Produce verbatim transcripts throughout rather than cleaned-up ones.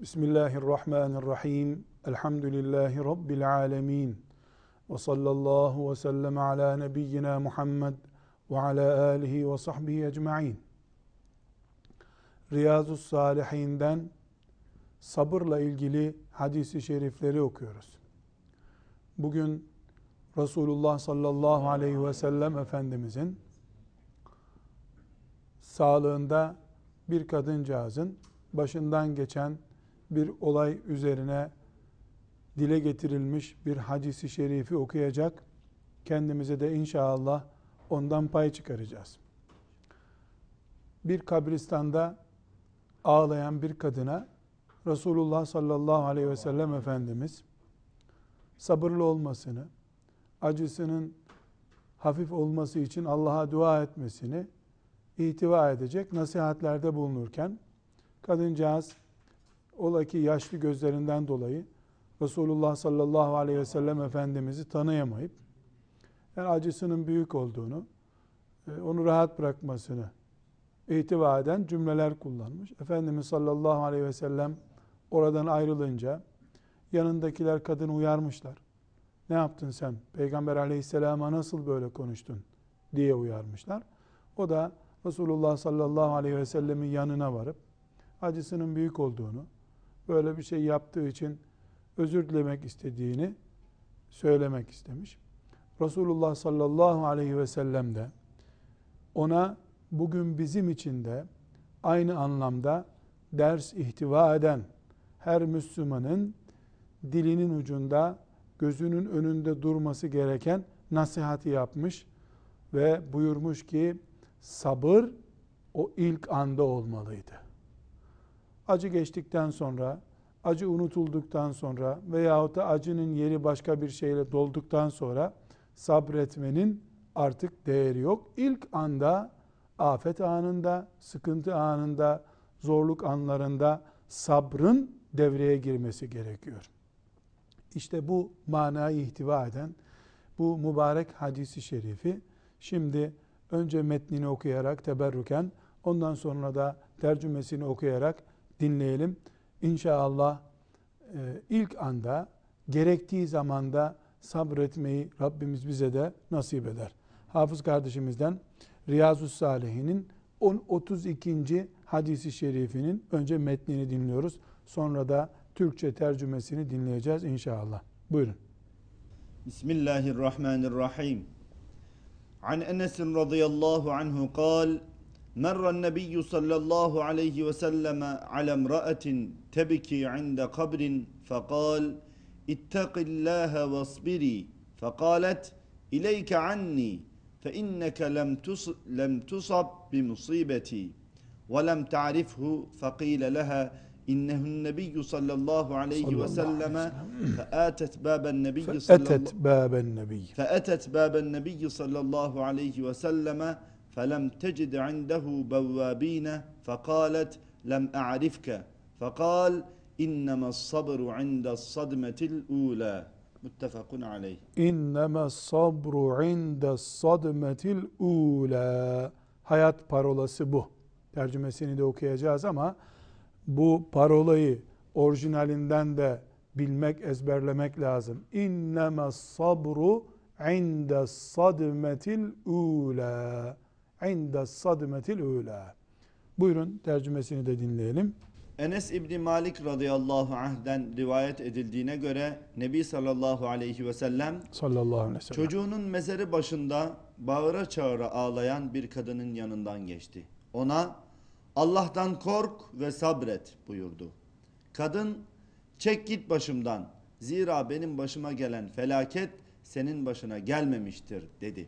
Bismillahirrahmanirrahim. Elhamdülillahi Rabbil alemin. Ve sallallahu ve sellem ala nebiyyina Muhammed ve ala alihi ve sahbihi ecma'in. Riyazu's-Salihin'den sabırla ilgili hadis-i şerifleri okuyoruz. Bugün Resulullah sallallahu aleyhi ve sellem Efendimizin sağlığında bir kadıncağızın başından geçen bir olay üzerine dile getirilmiş bir hadis-i şerifi okuyacak. Kendimize de inşallah ondan pay çıkaracağız. Bir kabristanda ağlayan bir kadına Resulullah sallallahu aleyhi ve sellem Efendimiz sabırlı olmasını, acısının hafif olması için Allah'a dua etmesini ihtiva edecek nasihatlerde bulunurken, kadıncağız ola ki yaşlı gözlerinden dolayı Resulullah sallallahu aleyhi ve sellem Efendimiz'i tanıyamayıp, yani acısının büyük olduğunu, onu rahat bırakmasını ihtiva eden cümleler kullanmış. Efendimiz sallallahu aleyhi ve sellem oradan ayrılınca yanındakiler kadını uyarmışlar. Ne yaptın sen? Peygamber aleyhisselama nasıl böyle konuştun diye uyarmışlar. O da Resulullah sallallahu aleyhi ve sellemin yanına varıp acısının büyük olduğunu, böyle bir şey yaptığı için özür dilemek istediğini söylemek istemiş. Resulullah sallallahu aleyhi ve sellem de ona bugün bizim için de aynı anlamda ders ihtiva eden her Müslümanın dilinin ucunda, gözünün önünde durması gereken nasihati yapmış ve buyurmuş ki sabır o ilk anda olmalıydı. Acı geçtikten sonra, acı unutulduktan sonra veyahut da acının yeri başka bir şeyle dolduktan sonra sabretmenin artık değeri yok. İlk anda, afet anında, sıkıntı anında, zorluk anlarında sabrın devreye girmesi gerekiyor. İşte bu manayı ihtiva eden bu mübarek hadisi şerifi şimdi önce metnini okuyarak teberrüken, ondan sonra da tercümesini okuyarak dinleyelim. İnşallah e, ilk anda, gerektiği zamanda sabretmeyi Rabbimiz bize de nasip eder. Hafız kardeşimizden Riyazu's-Salihin'in otuz ikinci hadisi şerifinin önce metnini dinliyoruz. Sonra da Türkçe tercümesini dinleyeceğiz inşallah. Buyurun. Bismillahirrahmanirrahim. An Enes radıyallahu anhu kal: مر النبي صلى الله عليه وسلم على امرأة تبكي عند قبر فقال اتق الله واصبري فقالت إليك عني فإنك لم لم تصب بمصيبتي ولم تعرفه فقيل لها إنه النبي صلى الله عليه وسلم فآتت باب النبي فأتت باب النبي فأتت باب النبي صلى الله عليه وسلم فلم تجد عنده بوابين فقالت لم أعرفك فقال إنما الصبر عند الصدمة الأولى متفق عليه. إنما الصبر عند الصدمة الأولى. Hayat parolası bu. Tercümesini de okuyacağız ama bu parolayı orijinalinden de bilmek, ezberlemek lazım. İnnemâ sabru indes sadmetil ûlâ. İndes sadmetil ûlâ. Buyurun tercümesini de dinleyelim. Enes İbni Malik radıyallahu anh'den rivayet edildiğine göre Nebi sallallahu aleyhi ve sellem sallallahu aleyhi ve sellem çocuğunun mezarı başında bağıra çağıra ağlayan bir kadının yanından geçti. Ona Allah'tan kork ve sabret buyurdu. Kadın çek git başımdan, zira benim başıma gelen felaket senin başına gelmemiştir dedi.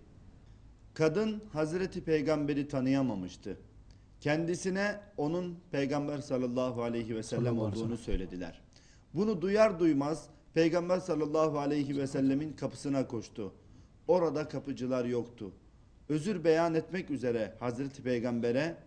Kadın Hazreti Peygamber'i tanıyamamıştı. Kendisine onun Peygamber sallallahu aleyhi ve sellem olduğunu söylediler. Bunu duyar duymaz Peygamber sallallahu aleyhi ve sellemin kapısına koştu. Orada kapıcılar yoktu. Özür beyan etmek üzere Hazreti Peygamber'e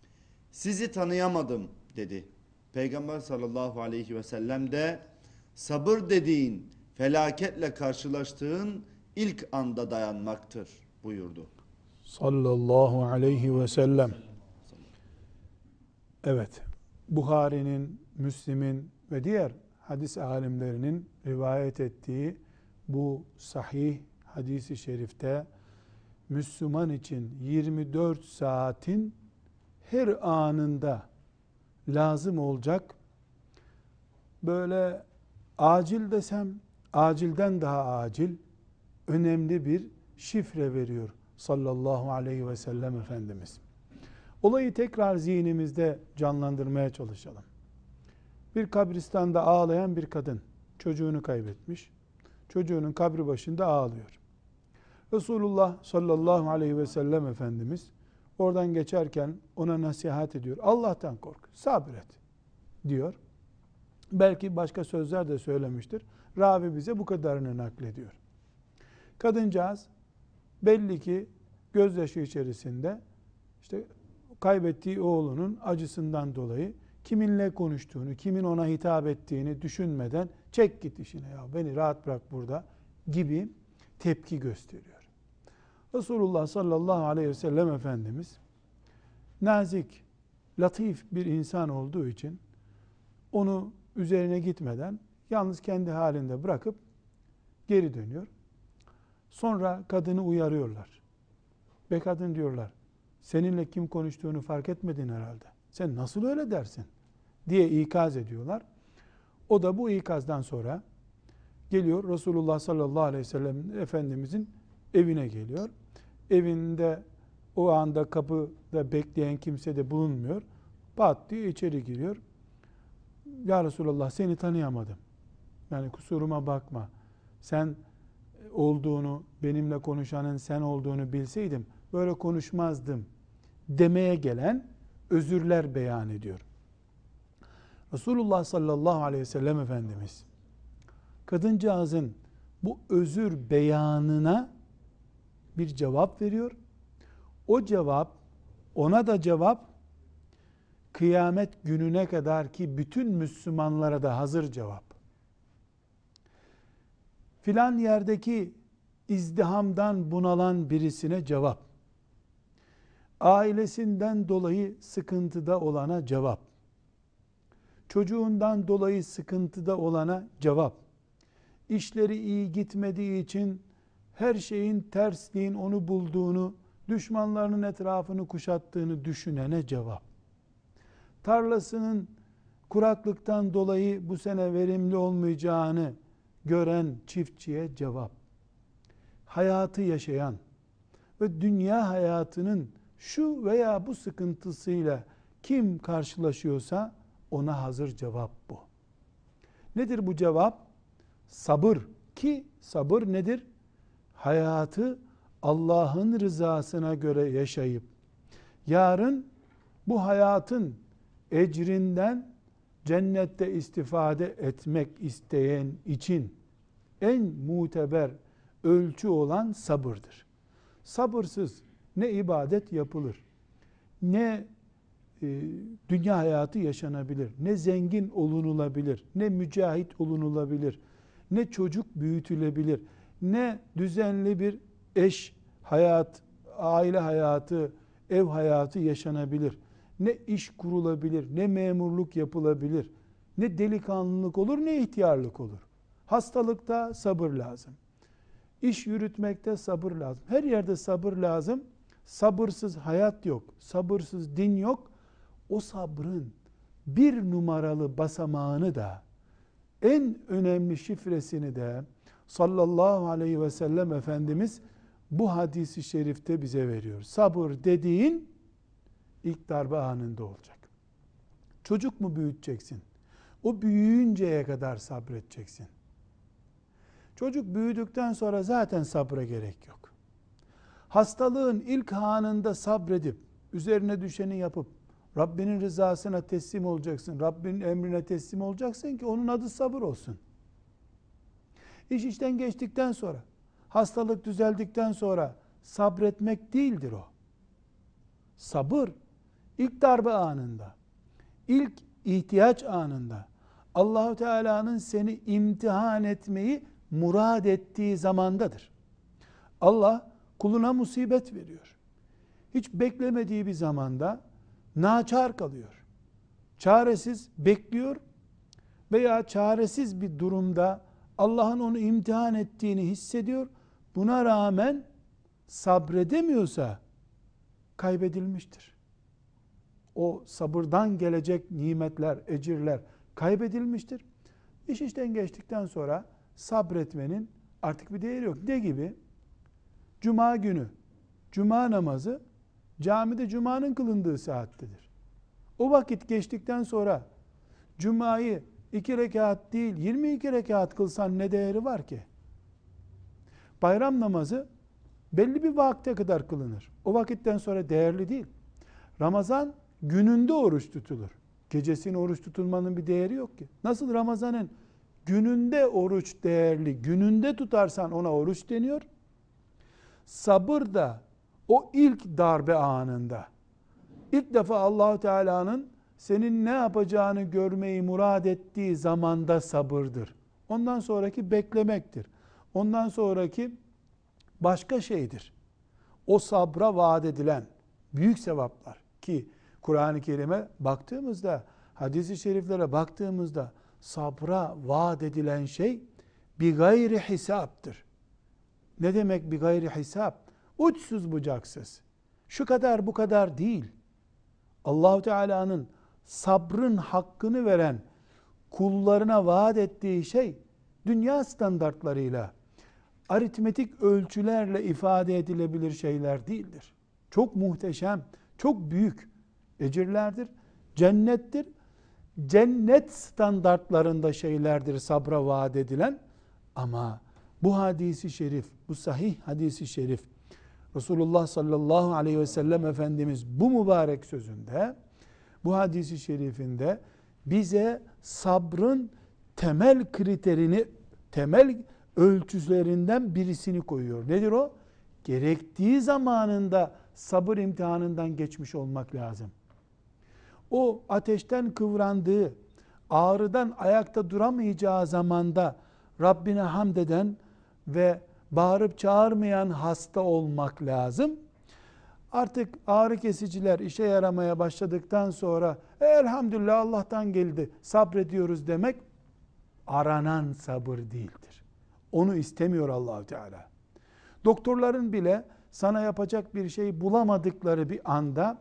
sizi tanıyamadım dedi. Peygamber sallallahu aleyhi ve sellem de sabır dediğin felaketle karşılaştığın ilk anda dayanmaktır buyurdu. Sallallahu aleyhi ve sellem. Evet, Buhari'nin, Müslim'in ve diğer hadis alimlerinin rivayet ettiği bu sahih hadisi şerifte Müslüman için yirmi dört saatin her anında lazım olacak, böyle acil desem acilden daha acil, önemli bir şifre veriyor sallallahu aleyhi ve sellem Efendimiz. Olayı tekrar zihnimizde canlandırmaya çalışalım. Bir kabristanda ağlayan bir kadın çocuğunu kaybetmiş. Çocuğunun kabri başında ağlıyor. Resulullah sallallahu aleyhi ve sellem Efendimiz oradan geçerken ona nasihat ediyor. Allah'tan kork, sabret diyor. Belki başka sözler de söylemiştir. Ravi bize bu kadarını naklediyor. Kadıncağız belli ki gözyaşı içerisinde işte kaybettiği oğlunun acısından dolayı kiminle konuştuğunu, kimin ona hitap ettiğini düşünmeden çek git işine, ya beni rahat bırak burada gibi tepki gösteriyor. Resulullah sallallahu aleyhi ve sellem Efendimiz nazik, latif bir insan olduğu için onu üzerine gitmeden yalnız kendi halinde bırakıp geri dönüyor. Sonra kadını uyarıyorlar. Be kadın diyorlar, seninle kim konuştuğunu fark etmedin herhalde. Sen nasıl öyle dersin diye ikaz ediyorlar. O da bu ikazdan sonra geliyor Resulullah sallallahu aleyhi ve sellem Efendimizin evine geliyor. Evinde o anda kapıda bekleyen kimse de bulunmuyor. Pat diye içeri giriyor. Ya Resulallah, seni tanıyamadım. Yani kusuruma bakma. Sen olduğunu, benimle konuşanın sen olduğunu bilseydim böyle konuşmazdım demeye gelen özürler beyan ediyor. Resulullah sallallahu aleyhi ve sellem Efendimiz kadıncağızın bu özür beyanına bir cevap veriyor. O cevap, ona da cevap, kıyamet gününe kadar ki bütün Müslümanlara da hazır cevap. Filan yerdeki izdihamdan bunalan birisine cevap. Ailesinden dolayı sıkıntıda olana cevap. Çocuğundan dolayı sıkıntıda olana cevap. İşleri iyi gitmediği için her şeyin tersliğin onu bulduğunu, düşmanlarının etrafını kuşattığını düşünene cevap. Tarlasının kuraklıktan dolayı bu sene verimli olmayacağını gören çiftçiye cevap. Hayatı yaşayan ve dünya hayatının şu veya bu sıkıntısıyla kim karşılaşıyorsa ona hazır cevap bu. Nedir bu cevap? Sabır. Ki sabır nedir? Hayatı Allah'ın rızasına göre yaşayıp yarın bu hayatın ecrinden cennette istifade etmek isteyen için en muteber ölçü olan sabırdır. Sabırsız ne ibadet yapılır, ne e, dünya hayatı yaşanabilir, ne zengin olunulabilir, ne mücahit olunulabilir, ne çocuk büyütülebilir, ne düzenli bir eş hayat, aile hayatı, ev hayatı yaşanabilir, ne iş kurulabilir, ne memurluk yapılabilir, ne delikanlılık olur, ne ihtiyarlık olur. Hastalıkta sabır lazım. İş yürütmekte sabır lazım. Her yerde sabır lazım. Sabırsız hayat yok. Sabırsız din yok. O sabrın bir numaralı basamağını da, en önemli şifresini de sallallahu aleyhi ve sellem Efendimiz bu hadisi şerifte bize veriyor. Sabır dediğin ilk darbe anında olacak. Çocuk mu büyüteceksin? O büyüyünceye kadar sabredeceksin. Çocuk büyüdükten sonra zaten sabra gerek yok. Hastalığın ilk anında sabredip, üzerine düşeni yapıp, Rabbinin rızasına teslim olacaksın, Rabbinin emrine teslim olacaksın ki onun adı sabır olsun. İş işten geçtikten sonra, hastalık düzeldikten sonra sabretmek değildir o. Sabır, ilk darbe anında, ilk ihtiyaç anında, Allah-u Teala'nın seni imtihan etmeyi murad ettiği zamandadır. Allah kuluna musibet veriyor. Hiç beklemediği bir zamanda naçar kalıyor. Çaresiz bekliyor veya çaresiz bir durumda Allah'ın onu imtihan ettiğini hissediyor. Buna rağmen sabredemiyorsa kaybedilmiştir. O sabırdan gelecek nimetler, ecirler kaybedilmiştir. İş işten geçtikten sonra sabretmenin artık bir değeri yok. Ne gibi? Cuma günü, cuma namazı camide cumanın kılındığı saattedir. O vakit geçtikten sonra cumayı iki rekat değil yirmi iki rekat kılsan ne değeri var ki? Bayram namazı belli bir vakte kadar kılınır. O vakitten sonra değerli değil. Ramazan gününde oruç tutulur. Gecesini oruç tutulmanın bir değeri yok ki. Nasıl Ramazan'ın gününde oruç değerli, gününde tutarsan ona oruç deniyor. Sabır da o ilk darbe anında, ilk defa Allah-u Teala'nın senin ne yapacağını görmeyi murad ettiği zamanda sabırdır. Ondan sonraki beklemektir. Ondan sonraki başka şeydir. O sabra vaat edilen büyük sevaplar ki Kur'an-ı Kerim'e baktığımızda, hadis-i şeriflere baktığımızda sabra vaat edilen şey bir gayri hesaptır. Ne demek bir gayri hesap? Uçsuz bucaksız. Şu kadar bu kadar değil. Allah-u Teala'nın sabrın hakkını veren kullarına vaat ettiği şey dünya standartlarıyla, aritmetik ölçülerle ifade edilebilir şeyler değildir. Çok muhteşem, çok büyük ecirlerdir. Cennettir. Cennet standartlarında şeylerdir sabra vaat edilen. Ama bu hadisi şerif, bu sahih hadisi şerif, Resulullah sallallahu aleyhi ve sellem Efendimiz bu mübarek sözünde, bu hadisi şerifinde bize sabrın temel kriterini, temel ölçüslerinden birisini koyuyor. Nedir o? Gerektiği zamanında sabır imtihanından geçmiş olmak lazım. O ateşten kıvrandığı, ağrıdan ayakta duramayacağı zamanda Rabbine hamd eden ve bağırıp çağırmayan hasta olmak lazım. Artık ağrı kesiciler işe yaramaya başladıktan sonra e, elhamdülillah Allah'tan geldi, sabrediyoruz demek aranan sabır değildir. Onu istemiyor Allah-u Teala. Doktorların bile sana yapacak bir şey bulamadıkları bir anda,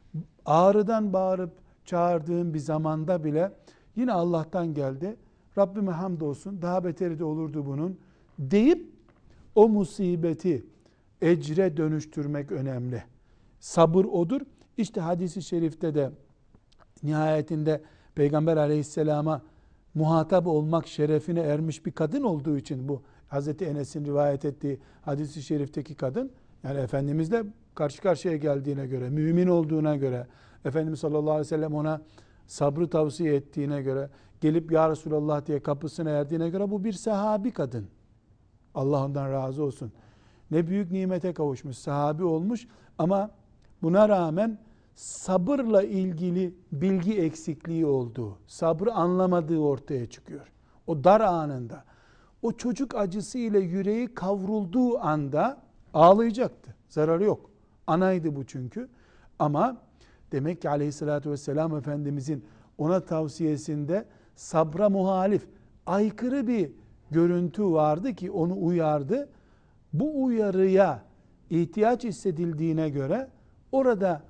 ağrıdan bağırıp çağırdığın bir zamanda bile yine Allah'tan geldi, Rabbime hamdolsun, daha beteri de olurdu bunun deyip o musibeti ecre dönüştürmek önemli. Sabır odur. İşte hadis-i şerifte de nihayetinde Peygamber aleyhisselama muhatap olmak şerefine ermiş bir kadın olduğu için, bu Hazreti Enes'in rivayet ettiği hadis-i şerifteki kadın, yani Efendimizle karşı karşıya geldiğine göre, mümin olduğuna göre, Efendimiz sallallahu aleyhi ve sellem ona sabrı tavsiye ettiğine göre, gelip ya Resulallah diye kapısına erdiğine göre bu bir sahabi kadın. Allah ondan razı olsun. Ne büyük nimete kavuşmuş, sahabi olmuş ama buna rağmen sabırla ilgili bilgi eksikliği olduğu, sabrı anlamadığı ortaya çıkıyor. O dar anında, o çocuk acısı ile yüreği kavrulduğu anda ağlayacaktı. Zararı yok. Anaydı bu çünkü. Ama demek ki aleyhissalatü vesselam Efendimizin ona tavsiyesinde sabra muhalif, aykırı bir görüntü vardı ki onu uyardı. Bu uyarıya ihtiyaç hissedildiğine göre orada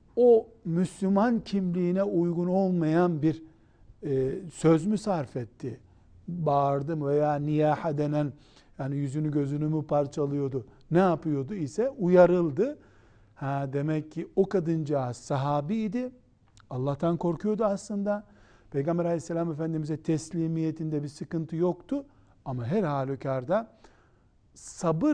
o Müslüman kimliğine uygun olmayan bir e, söz mü sarf etti? Bağırdı mı veya niyaha denen, yani yüzünü gözünü mü parçalıyordu? Ne yapıyordu ise uyarıldı. Ha, demek ki o kadıncağız sahabiydi. Allah'tan korkuyordu aslında. Peygamber aleyhisselam Efendimiz'e teslimiyetinde bir sıkıntı yoktu. Ama her halükarda sabır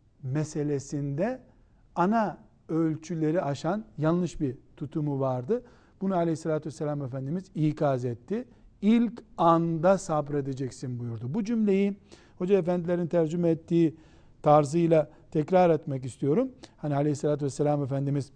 meselesinde ana ölçüleri aşan yanlış bir tutumu vardı. Bunu aleyhissalatü vesselam Efendimiz ikaz etti. İlk anda sabredeceksin buyurdu. Bu cümleyi hoca efendilerin tercüme ettiği tarzıyla tekrar etmek istiyorum. Hani aleyhissalatü vesselam Efendimiz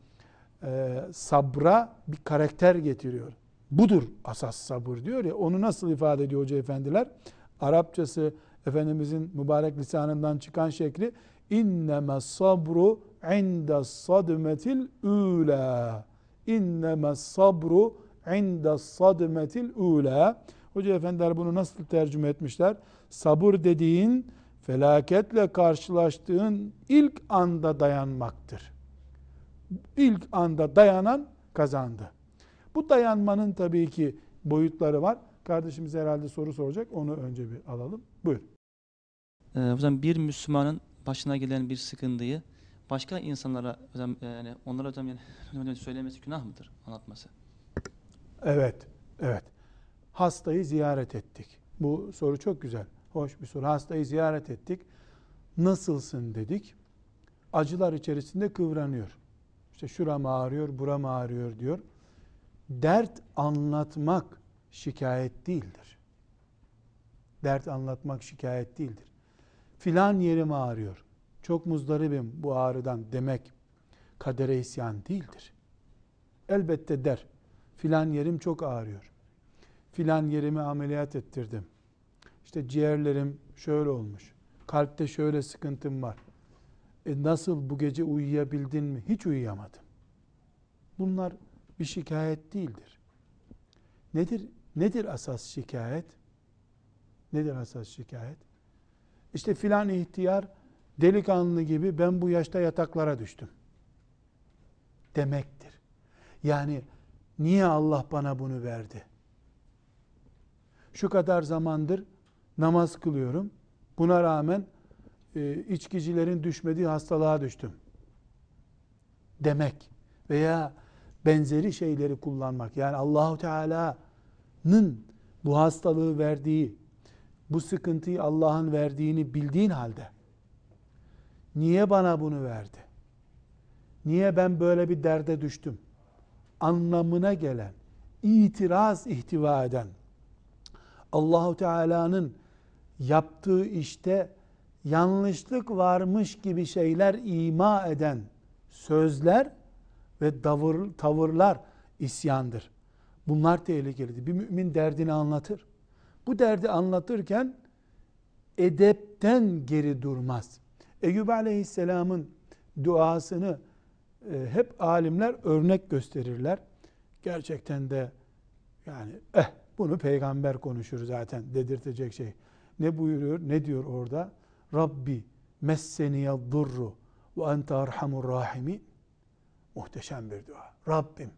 e, sabra bir karakter getiriyor. Budur asas sabır diyor ya, onu nasıl ifade ediyor hoca efendiler? Arapçası Efendimizin mübarek lisanından çıkan şekli inneme sabru inde sadmetil ula inneme sabru inde sadmetil ula Hoca efendiler bunu nasıl tercüme etmişler? Sabır dediğin felaketle karşılaştığın ilk anda dayanmaktır. İlk anda dayanan kazandı. Bu dayanmanın tabii ki boyutları var. Kardeşimiz herhalde soru soracak. Onu önce bir alalım. Buyur. Ee, hocam bir Müslümanın başına gelen bir sıkıntıyı başka insanlara hocam yani onlara hocam yani hocam söylemesi günah mıdır? Anlatması. Evet. Evet. Hastayı ziyaret ettik. Bu soru çok güzel. Hoş bir soru. Hastayı ziyaret ettik. Nasılsın dedik. Acılar içerisinde kıvranıyor. İşte şuram ağrıyor, buram ağrıyor diyor. Dert anlatmak şikayet değildir. Dert anlatmak şikayet değildir. Filan yerim ağrıyor. Çok muzdaribim bu ağrıdan demek kadere isyan değildir. Elbette der. Filan yerim çok ağrıyor. Filan yerimi ameliyat ettirdim. İşte ciğerlerim şöyle olmuş. Kalpte şöyle sıkıntım var. E nasıl bu gece uyuyabildin mi? Hiç uyuyamadım. Bunlar bir şikayet değildir. Nedir? Nedir asas şikayet? Nedir asas şikayet? İşte filan ihtiyar delikanlı gibi ben bu yaşta yataklara düştüm demektir. Yani niye Allah bana bunu verdi? Şu kadar zamandır namaz kılıyorum. Buna rağmen e, içkicilerin düşmediği hastalığa düştüm demek veya benzeri şeyleri kullanmak. Yani Allahu Teala'nın bu hastalığı verdiği, bu sıkıntıyı Allah'ın verdiğini bildiğin halde niye bana bunu verdi? Niye ben böyle bir derde düştüm? Anlamına gelen, itiraz ihtiva eden, Allahu Teala'nın yaptığı işte yanlışlık varmış gibi şeyler ima eden sözler ve tavır, tavırlar isyandır. Bunlar tehlikelidir. Bir mümin derdini anlatır. Bu derdi anlatırken edepten geri durmaz. Eyyub Aleyhisselam'ın duasını e, hep alimler örnek gösterirler. Gerçekten de yani eh bunu peygamber konuşur zaten dedirtecek şey. Ne buyuruyor? Ne diyor orada? Rabbi messeniyad-durru ve ente erhamur rahimin. Muhteşem bir dua. Rabbim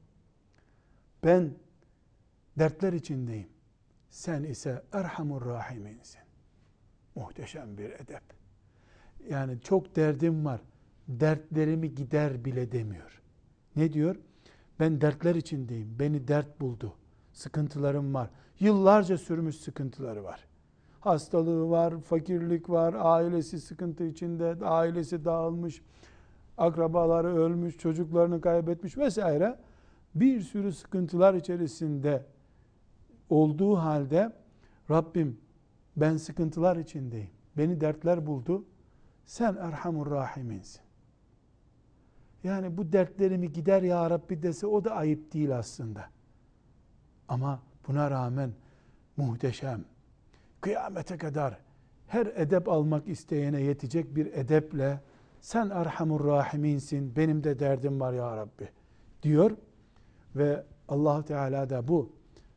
ben dertler içindeyim. Sen ise erhamur rahiminsin. Muhteşem bir edep. Yani çok derdim var. Dertlerimi gider bile demiyor. Ne diyor? Ben dertler içindeyim. Beni dert buldu. Sıkıntılarım var. Yıllarca sürmüş sıkıntıları var. Hastalığı var, fakirlik var, ailesi sıkıntı içinde, ailesi dağılmış, akrabaları ölmüş, çocuklarını kaybetmiş vesaire. Bir sürü sıkıntılar içerisinde olduğu halde Rabbim ben sıkıntılar içindeyim. Beni dertler buldu. Sen Erhamur Rahiminsin. Yani bu dertlerimi gider ya Rabbi dese o da ayıp değil aslında. Ama buna rağmen muhteşem, kıyamete kadar her edep almak isteyene yetecek bir edeple sen Erhamur Rahiminsin, benim de derdim var ya Rabbi diyor ve Allah Teala da bu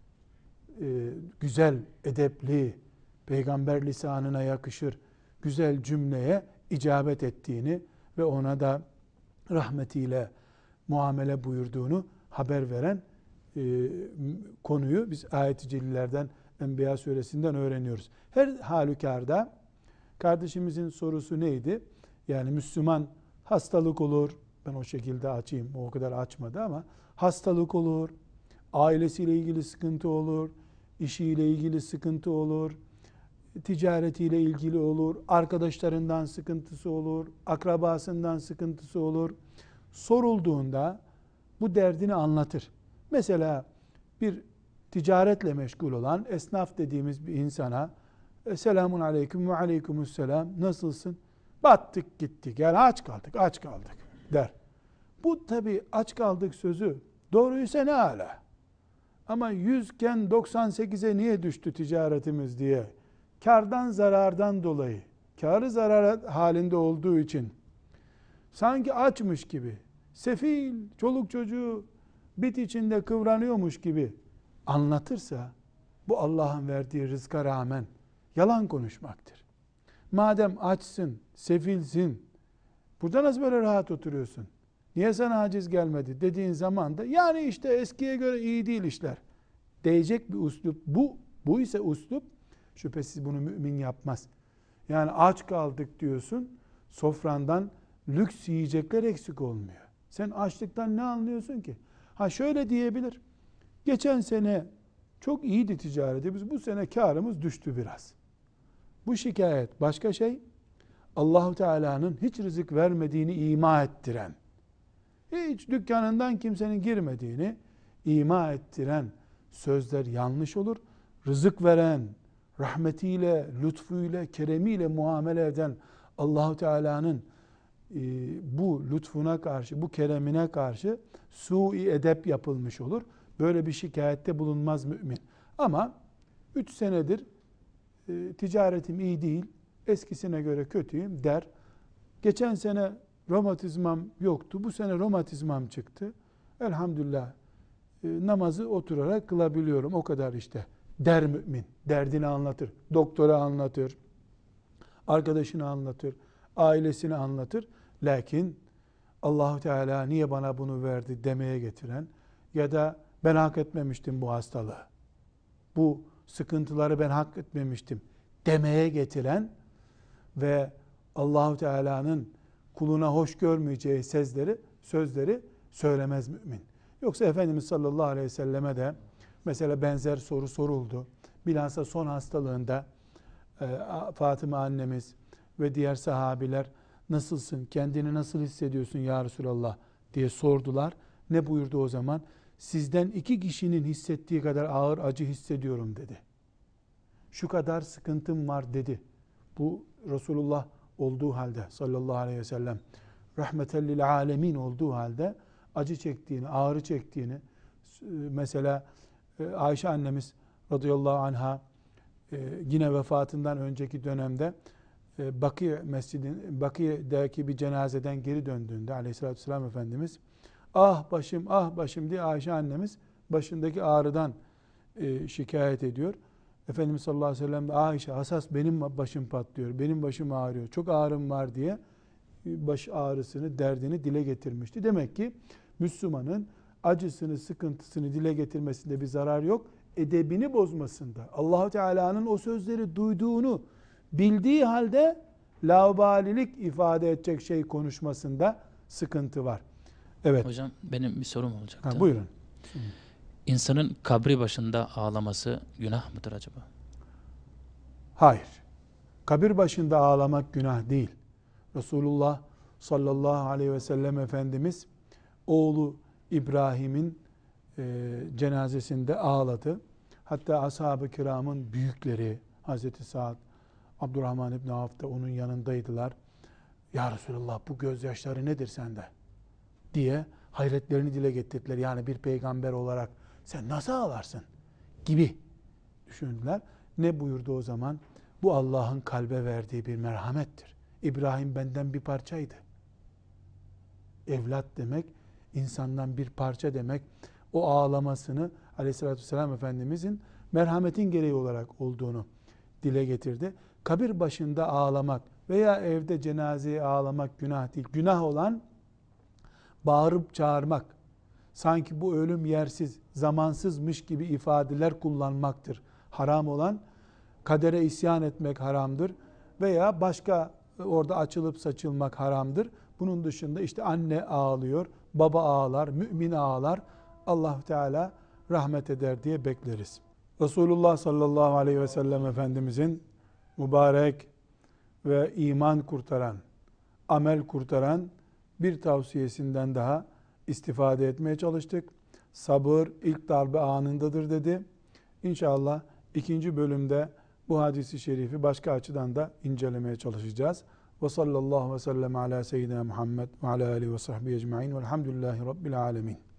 e, güzel, edepli, peygamber lisanına yakışır güzel cümleye icabet ettiğini ve ona da rahmetiyle muamele buyurduğunu haber veren e, konuyu biz ayet-i celillerden, Enbiya suresinden öğreniyoruz. Her halükarda kardeşimizin sorusu neydi? Yani Müslüman hastalık olur, ben o şekilde açayım, o kadar açmadı ama hastalık olur, ailesiyle ilgili sıkıntı olur, işiyle ilgili sıkıntı olur, ticaretiyle ilgili olur, arkadaşlarından sıkıntısı olur, akrabasından sıkıntısı olur. Sorulduğunda bu derdini anlatır. Mesela bir ticaretle meşgul olan esnaf dediğimiz bir insana selamun aleyküm ve aleykümüsselam nasılsın? Battık gittik yani aç kaldık aç kaldık der. Bu tabi aç kaldık sözü doğruysa ne ala. Ama yüzken doksan sekize niye düştü ticaretimiz diye kardan zarardan dolayı karı zarar halinde olduğu için sanki açmış gibi sefil çoluk çocuğu bit içinde kıvranıyormuş gibi anlatırsa bu Allah'ın verdiği rızka rağmen yalan konuşmaktır. Madem açsın, sefilsin, burada nasıl böyle rahat oturuyorsun? Niye sana aciz gelmedi dediğin zaman da yani işte eskiye göre iyi değil işler diyecek bir üslup. Bu, bu ise üslup, şüphesiz bunu mümin yapmaz. Yani aç kaldık diyorsun, sofrandan lüks yiyecekler eksik olmuyor. Sen açlıktan ne anlıyorsun ki? Ha şöyle diyebilir, geçen sene çok iyiydi ticaretimiz, bu sene karımız düştü biraz. Bu şikayet başka şey, Allah-u Teala'nın hiç rızık vermediğini ima ettiren, hiç dükkanından kimsenin girmediğini ima ettiren sözler yanlış olur. Rızık veren, rahmetiyle, lütfuyla, keremiyle muamele eden Allah-u Teala'nın e, bu lütfuna karşı, bu keremine karşı sui edep yapılmış olur. Böyle bir şikayette bulunmaz mümin. Ama üç senedir e, ticaretim iyi değil, eskisine göre kötüyüm der. Geçen sene romatizmam yoktu, bu sene romatizmam çıktı. Elhamdülillah e, namazı oturarak kılabiliyorum, o kadar işte der mümin. Derdini anlatır, doktora anlatır, arkadaşını anlatır, ailesini anlatır. Lakin Allah-u Teala niye bana bunu verdi demeye getiren ya da ben hak etmemiştim bu hastalığı, bu sıkıntıları ben hak etmemiştim demeye getiren ve Allah-u Teala'nın kuluna hoş görmeyeceği sözleri, sözleri söylemez mümin. Yoksa Efendimiz sallallahu aleyhi ve selleme de mesela benzer soru soruldu. Bilhassa son hastalığında e, Fatıma annemiz ve diğer sahabiler nasılsın, kendini nasıl hissediyorsun ya Resulallah diye sordular. Ne buyurdu o zaman? Sizden iki kişinin hissettiği kadar ağır acı hissediyorum dedi. Şu kadar sıkıntım var dedi. Bu Resulullah olduğu halde sallallahu aleyhi ve sellem rahmeten lil alemin olduğu halde acı çektiğini, ağrı çektiğini, mesela Ayşe annemiz radıyallahu anha yine vefatından önceki dönemde Bakıye Mescidin, Bakıye'deki bir cenazeden geri döndüğünde aleyhissalatü vesselam Efendimiz ah başım ah başım diye Ayşe annemiz başındaki ağrıdan şikayet ediyor. Efendimiz sallallahu aleyhi ve sellem de Ayşe hasas benim başım patlıyor, benim başım ağrıyor, çok ağrım var diye baş ağrısını, derdini dile getirmişti. Demek ki Müslümanın acısını, sıkıntısını dile getirmesinde bir zarar yok. Edebini bozmasında, Allah-u Teala'nın o sözleri duyduğunu bildiği halde laubalilik ifade edecek şey konuşmasında sıkıntı var. Evet. Hocam benim bir sorum olacaktı. Ha, buyurun. İnsanın kabri başında ağlaması günah mıdır acaba? Hayır. Kabir başında ağlamak günah değil. Resulullah sallallahu aleyhi ve sellem Efendimiz oğlu İbrahim'in e, cenazesinde ağladı. Hatta ashab-ı kiramın büyükleri Hazreti Sa'd, Abdurrahman İbni Avf da onun yanındaydılar. Ya Resulallah bu gözyaşları nedir sende? Diye hayretlerini dile getirdiler. Yani bir peygamber olarak sen nasıl ağlarsın? Gibi düşündüler. Ne buyurdu o zaman? Bu Allah'ın kalbe verdiği bir merhamettir. İbrahim benden bir parçaydı. Evlat demek, insandan bir parça demek. O ağlamasını aleyhissalatü vesselam Efendimizin merhametin gereği olarak olduğunu dile getirdi. Kabir başında ağlamak veya evde cenazeye ağlamak günah değil. Günah olan bağırıp çağırmak, sanki bu ölüm yersiz, zamansızmış gibi ifadeler kullanmaktır. Haram olan kadere isyan etmek haramdır veya başka orada açılıp saçılmak haramdır. Bunun dışında işte anne ağlıyor, baba ağlar, mümin ağlar. Allah Teala rahmet eder diye bekleriz. Resulullah sallallahu aleyhi ve sellem Efendimizin mübarek ve iman kurtaran, amel kurtaran bir tavsiyesinden daha istifade etmeye çalıştık. Sabır ilk darbe anındadır dedi. İnşallah ikinci bölümde bu hadisi şerifi başka açıdan da incelemeye çalışacağız. Ve sallallahu ve sellem ala seyyidina Muhammed ve ala alihi ve sahbihi ecmaîn velhamdülillahi rabbil alemin.